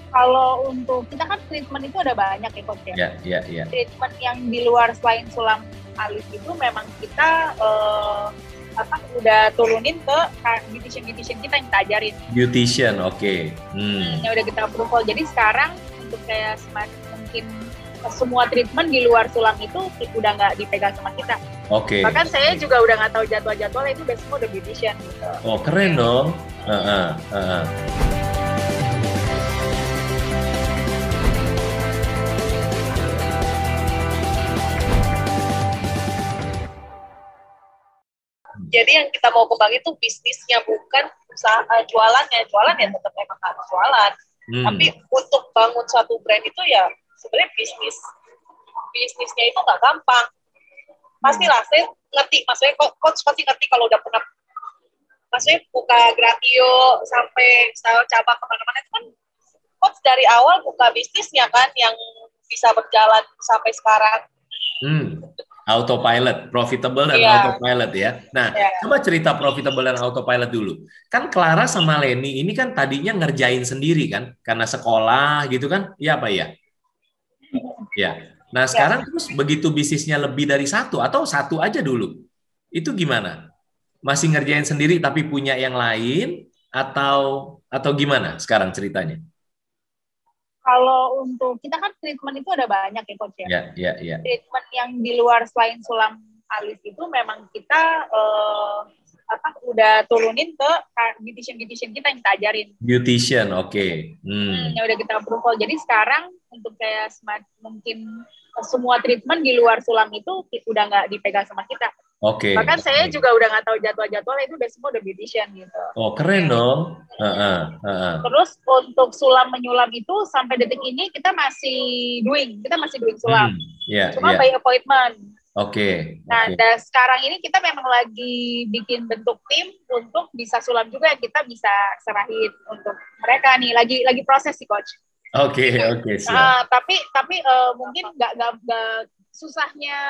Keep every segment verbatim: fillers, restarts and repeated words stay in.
Kalau untuk kita kan treatment itu ada banyak ya coach ya. Ya, ya, ya. Treatment yang di luar selain sulam alis itu memang kita uh, apa udah turunin ke beautician beautician kita yang kita ajarin. Beautician, oke. Okay. Hmm. Yang udah kita approval. Jadi sekarang untuk kayak semakin mungkin semua treatment di luar sulam itu udah nggak dipegang sama kita. Oke. Okay. Bahkan saya juga udah nggak tahu jadwal-jadwal itu udah semua udah beautician gitu. Oh keren dong. Uh -uh, uh -uh. Jadi yang kita mau kembangin itu bisnisnya, bukan usaha uh, jualannya. Jualan ya tetap emang harus jualan. Hmm. Tapi untuk bangun suatu brand itu ya sebenarnya bisnis. Bisnisnya itu nggak gampang. Pastilah, saya ngerti. Maksudnya coach pasti ngerti kalau udah pernah, maksudnya buka Gratio sampai style cabang kemana-mana itu kan coach dari awal buka bisnisnya kan yang bisa berjalan sampai sekarang. Hmm. Autopilot, profitable dan yeah. autopilot ya. Nah, yeah. coba cerita profitable dan autopilot dulu. Kan Clara sama Leni ini kan tadinya ngerjain sendiri kan, karena sekolah gitu kan? Iya apa ya? Ya. Nah, sekarang yeah. terus begitu bisnisnya lebih dari satu atau satu aja dulu. Itu gimana? Masih ngerjain sendiri tapi punya yang lain atau atau gimana sekarang ceritanya? Kalau untuk kita kan treatment itu ada banyak ya coach ya. Ya, ya, ya. Treatment yang di luar selain sulam alis itu memang kita uh, apa udah turunin ke beautician beautician kita yang kita ajarin. Beautician, oke. Okay. Hmm. Hmm, yang udah kita approval. Jadi sekarang untuk kayak mungkin semua treatment di luar sulam itu udah nggak dipegang sama kita. Oke. Okay. Bahkan okay. saya juga udah nggak tahu jadwal-jadwal itu udah semua udah beautician gitu. Oh keren dong. Uh, uh, uh, uh. Terus untuk sulam menyulam itu sampai detik ini kita masih doing, kita masih doing sulam. Hmm, yeah, Cuma yeah. by appointment. Oke. Okay, nah, okay. dan sekarang ini kita memang lagi bikin bentuk tim untuk bisa sulam juga yang kita bisa serahin untuk mereka nih. Lagi lagi proses sih coach. Oke, okay, oke. Okay, uh, tapi tapi uh, mungkin nggak nggak susahnya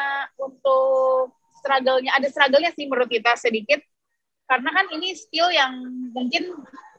untuk struggle-nya, ada struggle-nya sih menurut kita sedikit, karena kan ini skill yang mungkin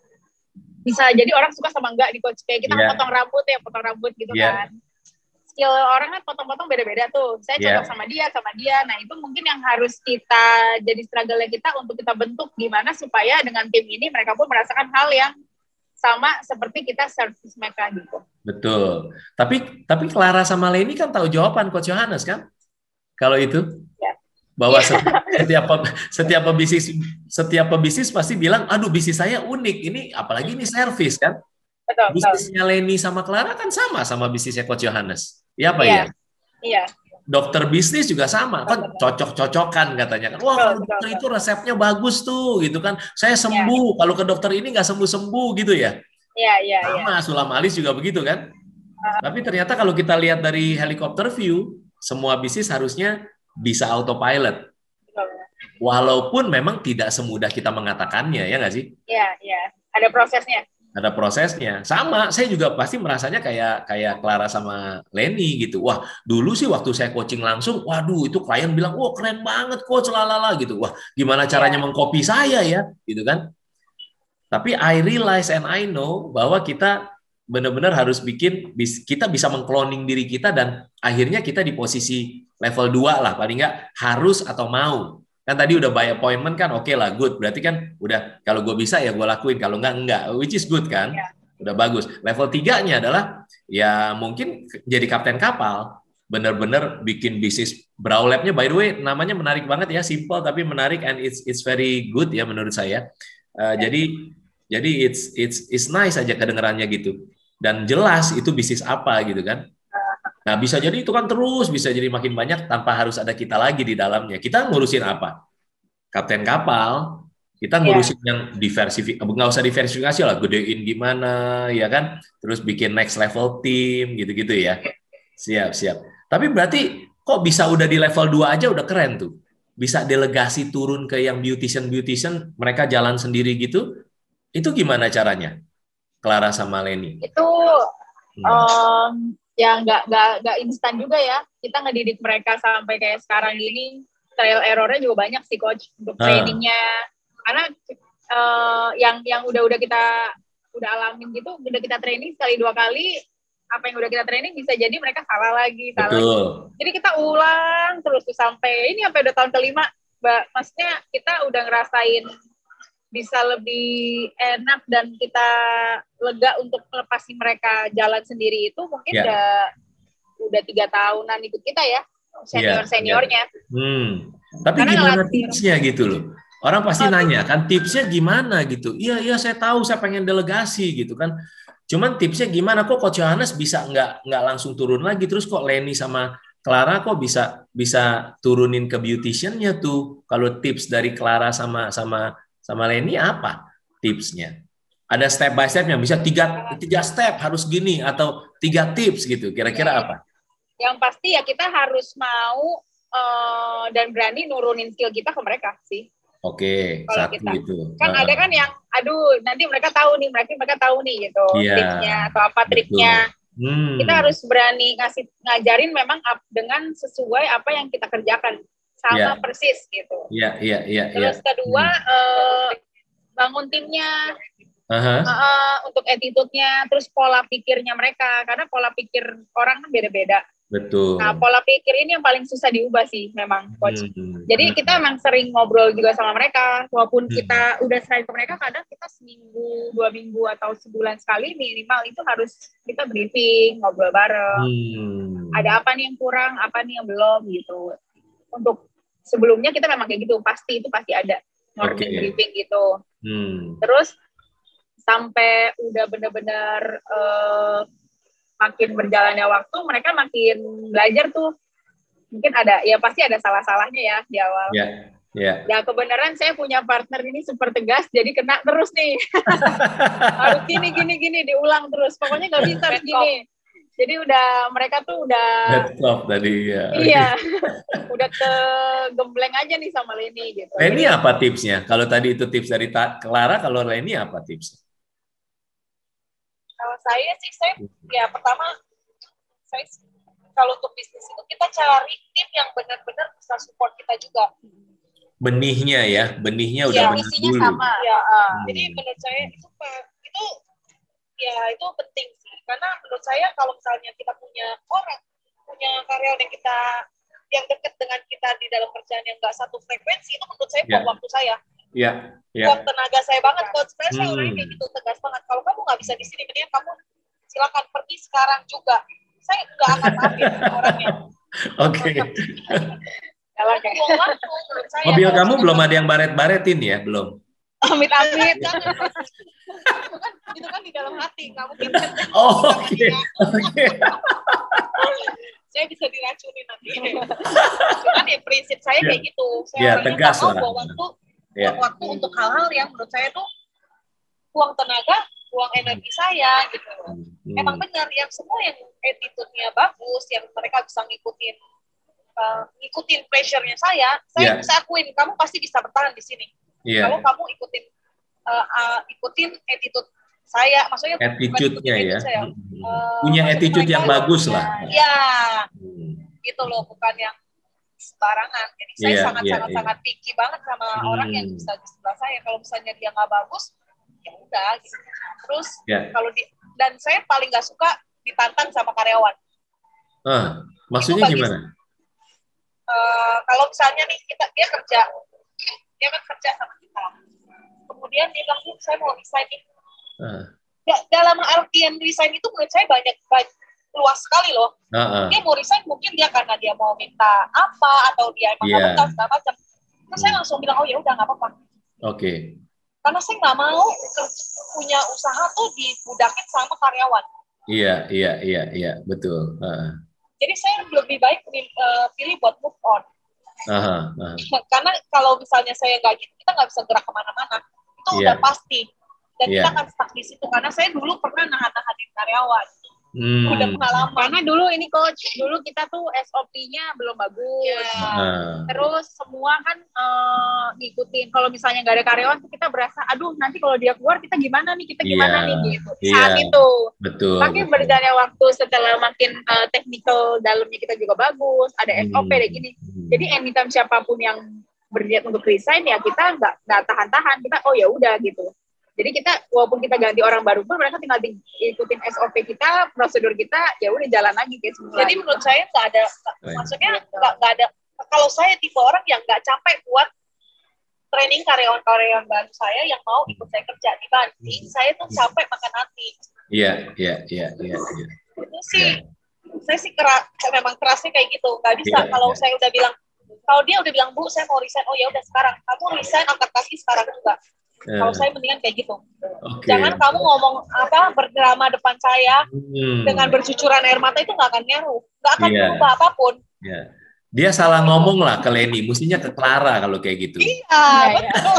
bisa jadi orang suka sama enggak di coach. Kayak kita yeah. potong rambut ya, potong rambut gitu yeah. kan. Skill orang kan potong-potong beda-beda tuh. Saya yeah. cocok sama dia, sama dia. Nah itu mungkin yang harus kita, jadi struggle-nya kita untuk kita bentuk gimana supaya dengan tim ini mereka pun merasakan hal yang sama seperti kita service mereka gitu. Betul. Tapi tapi Clara sama Leni kan tahu jawaban Coach Johannes kan? Kalau itu? Yeah. Bahwa setiap, setiap setiap pebisnis setiap pebisnis pasti bilang, aduh bisnis saya unik, ini apalagi ini servis kan? Betul, bisnisnya betul. Leni sama Clara kan sama sama bisnisnya Coach Johannes, iya apa iya. ya? Iya. Dokter bisnis juga sama kan, cocok-cocokan katanya kan, wah betul, dokter betul. Itu resepnya bagus tuh gitu kan, saya sembuh, ya. Kalau ke dokter ini nggak sembuh-sembuh gitu ya? Iya iya. Sama ya. Sulam alis juga begitu kan? Uh. Tapi ternyata kalau kita lihat dari helikopter view, semua bisnis harusnya bisa autopilot. Walaupun memang tidak semudah kita mengatakannya, ya nggak sih? Iya, iya. Ada prosesnya. Ada prosesnya. Sama, saya juga pasti merasanya kayak kayak Clara sama Leni gitu. Wah, dulu sih waktu saya coaching langsung, waduh itu klien bilang, wah keren banget coach, lalala gitu. Wah, gimana caranya ya. Mengcopy saya ya, gitu kan? Tapi I realize and I know bahwa kita benar-benar harus bikin, kita bisa mengkloning diri kita dan akhirnya kita di posisi level dua lah, paling nggak harus atau mau. Kan tadi udah by appointment kan, oke okay lah, good. Berarti kan udah, kalau gue bisa ya gue lakuin, kalau nggak, enggak. Which is good kan? Yeah. Udah bagus. Level tiga-nya adalah, ya mungkin jadi kapten kapal, benar-benar bikin bisnis brow lab-nya, by the way, namanya menarik banget ya, simple tapi menarik, and it's it's very good ya menurut saya. Uh, yeah. Jadi, jadi it's it's it's nice aja kedengarannya gitu. Dan jelas itu bisnis apa gitu kan. Nah, bisa jadi itu kan terus, bisa jadi makin banyak tanpa harus ada kita lagi di dalamnya. Kita ngurusin apa? Kapten kapal, kita ngurusin yeah. yang diversifikasi, nggak usah diversifikasi lah, gedein gimana, ya kan? Terus bikin next level team, gitu-gitu ya. Siap, siap. Tapi berarti kok bisa udah di level dua aja udah keren tuh. Bisa delegasi turun ke yang beautician-beautician, mereka jalan sendiri gitu. Itu gimana caranya? Clara sama Leni. Itu... Hmm. Um... ya nggak nggak nggak instan juga ya, kita ngedidik mereka sampai kayak sekarang gini, trial errornya juga banyak sih coach untuk trainingnya, ah. karena uh, yang yang udah-udah kita udah alamin gitu, udah kita training sekali dua kali, apa yang udah kita training bisa jadi mereka salah lagi, salah Betul. lagi. Jadi kita ulang terus tuh sampai ini sampai udah tahun kelima, Mbak. Maksudnya kita udah ngerasain bisa lebih enak dan kita lega untuk melepasin mereka jalan sendiri itu mungkin yeah. udah udah tiga tahunan ikut kita ya, senior seniornya. Yeah, yeah. Hmm. Tapi karena gimana tipsnya gitu loh? Orang pasti oh, nanya kan tipsnya gimana gitu. Iya iya saya tahu saya pengen delegasi gitu kan. Cuman tipsnya gimana kok Coach Yohanes bisa nggak nggak langsung turun lagi, terus kok Leni sama Clara kok bisa bisa turunin ke beautician-nya tuh. Kalau tips dari Clara sama sama sama Leni apa tipsnya? Ada step by step-nya, bisa tiga tiga step harus gini atau tiga tips gitu. Kira-kira apa? Yang pasti ya kita harus mau uh, dan berani nurunin skill kita ke mereka sih. Oke, kalau satu kita itu. Kan uh, ada kan yang, aduh nanti mereka tahu nih, mereka mereka tahu nih gitu, yeah, triknya atau apa triknya. Hmm. Kita harus berani ngasih ngajarin memang dengan sesuai apa yang kita kerjakan sama yeah. persis gitu. Iya iya iya. Terus yeah. kedua hmm. uh, bangun timnya, uh-huh. uh, untuk attitude-nya, terus pola pikirnya mereka karena pola pikir orang kan beda-beda. Betul. Nah, pola pikir ini yang paling susah diubah sih memang, Coach. Hmm. Jadi kita emang sering ngobrol juga sama mereka, walaupun hmm. kita udah sering ke mereka, kadang kita seminggu, dua minggu, atau sebulan sekali minimal itu harus kita briefing, ngobrol bareng. Hmm. Ada apa nih yang kurang, apa nih yang belum gitu. Untuk sebelumnya kita memang kayak gitu, pasti itu pasti ada morning okay. briefing gitu. Hmm. Terus sampai udah benar-benar uh, makin berjalannya waktu, mereka makin belajar tuh. Mungkin ada, ya pasti ada salah-salahnya ya di awal. Iya, yeah, iya. Yeah. Ya kebenaran saya punya partner ini super tegas, jadi kena terus nih. Harus gini, gini, gini, diulang terus. Pokoknya nggak bisa harus gini. Jadi udah, mereka tuh udah... Stop tadi, ya. Iya, udah kegembleng aja nih sama Leni gitu. Leni apa tipsnya? Kalau tadi itu tips dari Clara, kalau Leni apa tipsnya? Kalau saya sih, saya ya pertama, saya kalau untuk bisnis itu kita cari tim yang benar-benar bisa support kita juga. Benihnya ya, benihnya udah ya, benar dulu. sama. Ya, uh, hmm. Jadi menurut saya itu itu ya itu penting sih, karena menurut saya kalau misalnya kita punya orang, punya karyawan yang kita yang dekat dengan kita di dalam kerjaan yang nggak satu frekuensi, itu menurut saya buang yeah. waktu saya. Iya. Yeah. Buang tenaga saya banget. Kalau sebenarnya hmm. saya orangnya kayak gitu, tegas banget. Kalau kamu nggak bisa di sini, mendingan kamu silakan pergi sekarang juga. Saya nggak akan maafin orangnya. Oke. Okay. Mobil kamu belum ada yang baret-baretin ya, belum? Amit-amit. Jangan. itu kan itu kan di dalam hati, nggak mungkin. Oh, oke. Okay. Oke. Saya bisa diracunin nanti. Cuman ya prinsip saya kayak gitu. Saya ya, tegas mau buang waktu, buang ya. waktu untuk hal-hal yang menurut saya tuh buang tenaga, buang energi saya gitu. Hmm. Emang benar yang semua yang attitude-nya bagus, yang mereka bisa ngikutin uh, ngikutin pressure-nya saya, saya yeah. bisa akuin kamu pasti bisa bertahan di sini. Yeah. Kalau kamu ikutin uh, uh, ikutin attitude saya, maksudnya attitude-nya ya. Saya, uh, punya attitude yang bagus lah. Iya. Hmm. Gitu loh, bukan yang sembarangan. Jadi saya yeah, sangat-sangat yeah, sangat yeah. picky banget sama hmm. orang yang bisa di sebelah saya. Kalau misalnya dia nggak bagus, ya udah gitu. Terus yeah. kalau di dan saya paling nggak suka ditantang sama karyawan. Uh, maksudnya gimana? Uh, kalau misalnya nih kita dia kerja, dia kan kerja sama kita. Kemudian dia bilang, saya mau resign nih. Uh. Dalam artian resign itu menurut saya banyak, banyak luas sekali loh. Uh-uh. Dia mau resign mungkin dia karena dia mau minta apa atau dia emang yeah. nggak betah segala macam. Terus hmm. saya langsung bilang, oh ya udah nggak apa-apa. Oke. Okay. Karena saya nggak mau punya usaha tuh dibudakin sama karyawan. Iya iya iya iya betul. Uh-uh. Jadi saya lebih baik uh, pilih buat move on. Uh-huh. Uh-huh. Karena kalau misalnya saya nggak gitu, kita nggak bisa gerak kemana-mana. Itu yeah. udah pasti. Dan yeah. kita akan stuck di situ. Karena saya dulu pernah nahan-nahanin karyawan. Hmm. Udah pengalaman. Karena dulu ini coach, dulu kita tuh S O P-nya belum bagus. Yeah. Uh. Terus semua kan uh, ngikutin. Kalau misalnya nggak ada karyawan, kita berasa, aduh nanti kalau dia keluar kita gimana nih, kita gimana yeah. nih gitu. Yeah. Saat itu. Betul. Makin berjalannya waktu setelah makin uh, technical dalamnya kita juga bagus, ada S O P kayak gini. Hmm. Jadi anytime siapapun yang berniat untuk resign ya kita nggak nggak tahan-tahan, kita oh ya udah gitu. Jadi kita walaupun kita ganti orang baru pun mereka tinggal ikutin S O P kita, prosedur kita, ya udah jalan lagi kayak semula. Jadi menurut saya nggak ada, maksudnya nggak nggak ada. Kalau saya tipe orang yang nggak capek buat training karyawan-karyawan baru saya yang mau ikut saya kerja, dibanding saya tuh capek makan hati. Iya, iya, iya, iya. Itu sih, saya sih keras, memang kerasnya kayak gitu. Nggak bisa. Yeah, kalau yeah. saya udah bilang, kalau dia udah bilang, Bu, saya mau resign. Oh ya udah sekarang. Kamu resign, angkat kaki sekarang juga. Yeah. Kalau saya mendingan kayak gitu. Okay. Jangan kamu ngomong apa berdrama depan saya hmm. dengan bercucuran air mata, itu nggak akan ngeruh, nggak akan yeah. berubah apapun. Yeah. Dia salah ngomong lah ke Leni, mestinya ke Clara kalau kayak gitu. Iya, betul.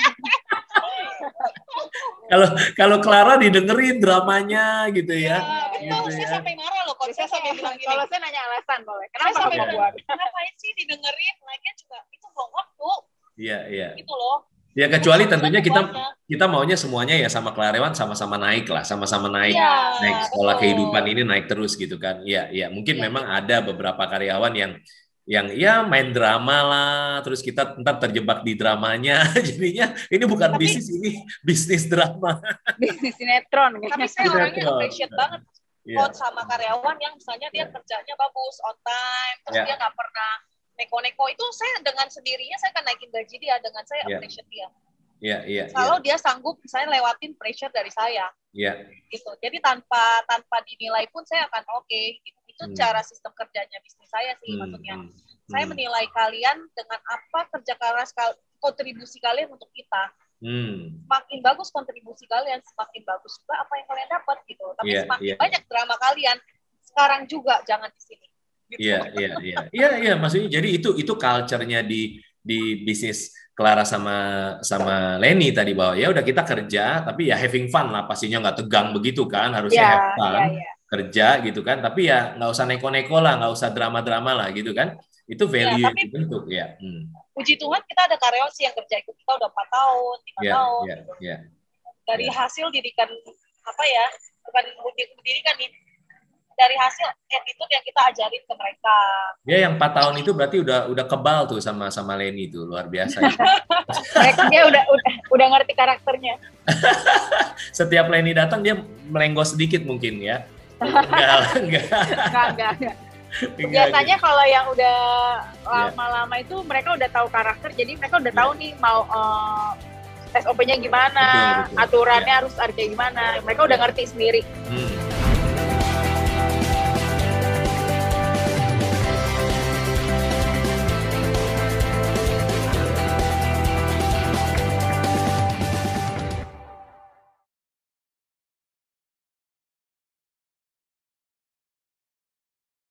Kalau kalau Clara didengerin dramanya gitu ya. Ya betul, gitu saya ya. Sampai marah loh kalau saya sampai bilang gini. Kalau saya nanya alasan boleh. Kenapa sampai bilang, ngapain sih didengerin? Lagian juga itu buang waktu. Iya, iya. Gitu loh. Ya kecuali tentunya kita kita maunya semuanya ya sama karyawan sama-sama naik lah, sama-sama naik, ya, naik sekolah betul. Kehidupan ini naik terus gitu kan. Iya, iya. Mungkin ya. Memang ada beberapa karyawan yang yang ya main drama lah, terus kita ntar terjebak di dramanya, jadinya ini bukan tapi, bisnis, ini bisnis drama. Bisnis sinetron. Tapi saya orangnya appreciate banget yeah. sama karyawan yang misalnya dia yeah. kerjanya bagus, on time, terus yeah. dia nggak pernah neko-neko, itu saya dengan sendirinya saya akan naikin gaji dia, dengan saya yeah. appreciate dia. Iya, iya. Kalau yeah. dia sanggup misalnya lewatin pressure dari saya. Iya. Yeah. Gitu. Jadi tanpa tanpa dinilai pun saya akan oke okay, gitu. Itu hmm. cara sistem kerjanya bisnis saya sih, hmm. maksudnya. Hmm. Saya menilai kalian dengan apa kerja keras, kontribusi kalian untuk kita. Hmm. Semakin bagus kontribusi kalian, semakin bagus juga apa yang kalian dapat gitu. Tapi yeah, semakin yeah. banyak drama kalian sekarang juga, jangan di sini. Iya, iya, iya. Iya, iya, maksudnya jadi itu itu culture-nya di di bisnis Clara sama sama Leni tadi, bahwa ya udah kita kerja tapi ya having fun lah, pastinya nggak tegang begitu kan, harusnya yeah, have fun, yeah, yeah. kerja gitu kan, tapi ya nggak usah neko-neko lah, nggak usah drama-drama lah gitu kan, itu value ya, yang dibentuk ya. Hmm. Puji Tuhan kita ada karyawan sih yang kerja ikut kita udah empat tahun, lima yeah, tahun yeah, gitu. yeah. Dari yeah. hasil didikan apa ya, bukan pendidikan nih, dari hasil attitude yang kita ajarin ke mereka. Ya, yang empat tahun itu berarti udah udah kebal tuh sama sama Leni tuh, luar biasa. Mereka dia udah udah udah ngerti karakternya. Setiap Leni datang dia melenggos sedikit mungkin ya. Enggak, enggak. Enggak, enggak, enggak. Biasanya kalau yang udah lama-lama itu mereka udah tahu karakter, jadi mereka udah tahu nih mau uh, S O P-nya gimana, betul, betul. aturannya ya. harus ada gimana. Mereka udah ngerti sendiri. Hmm.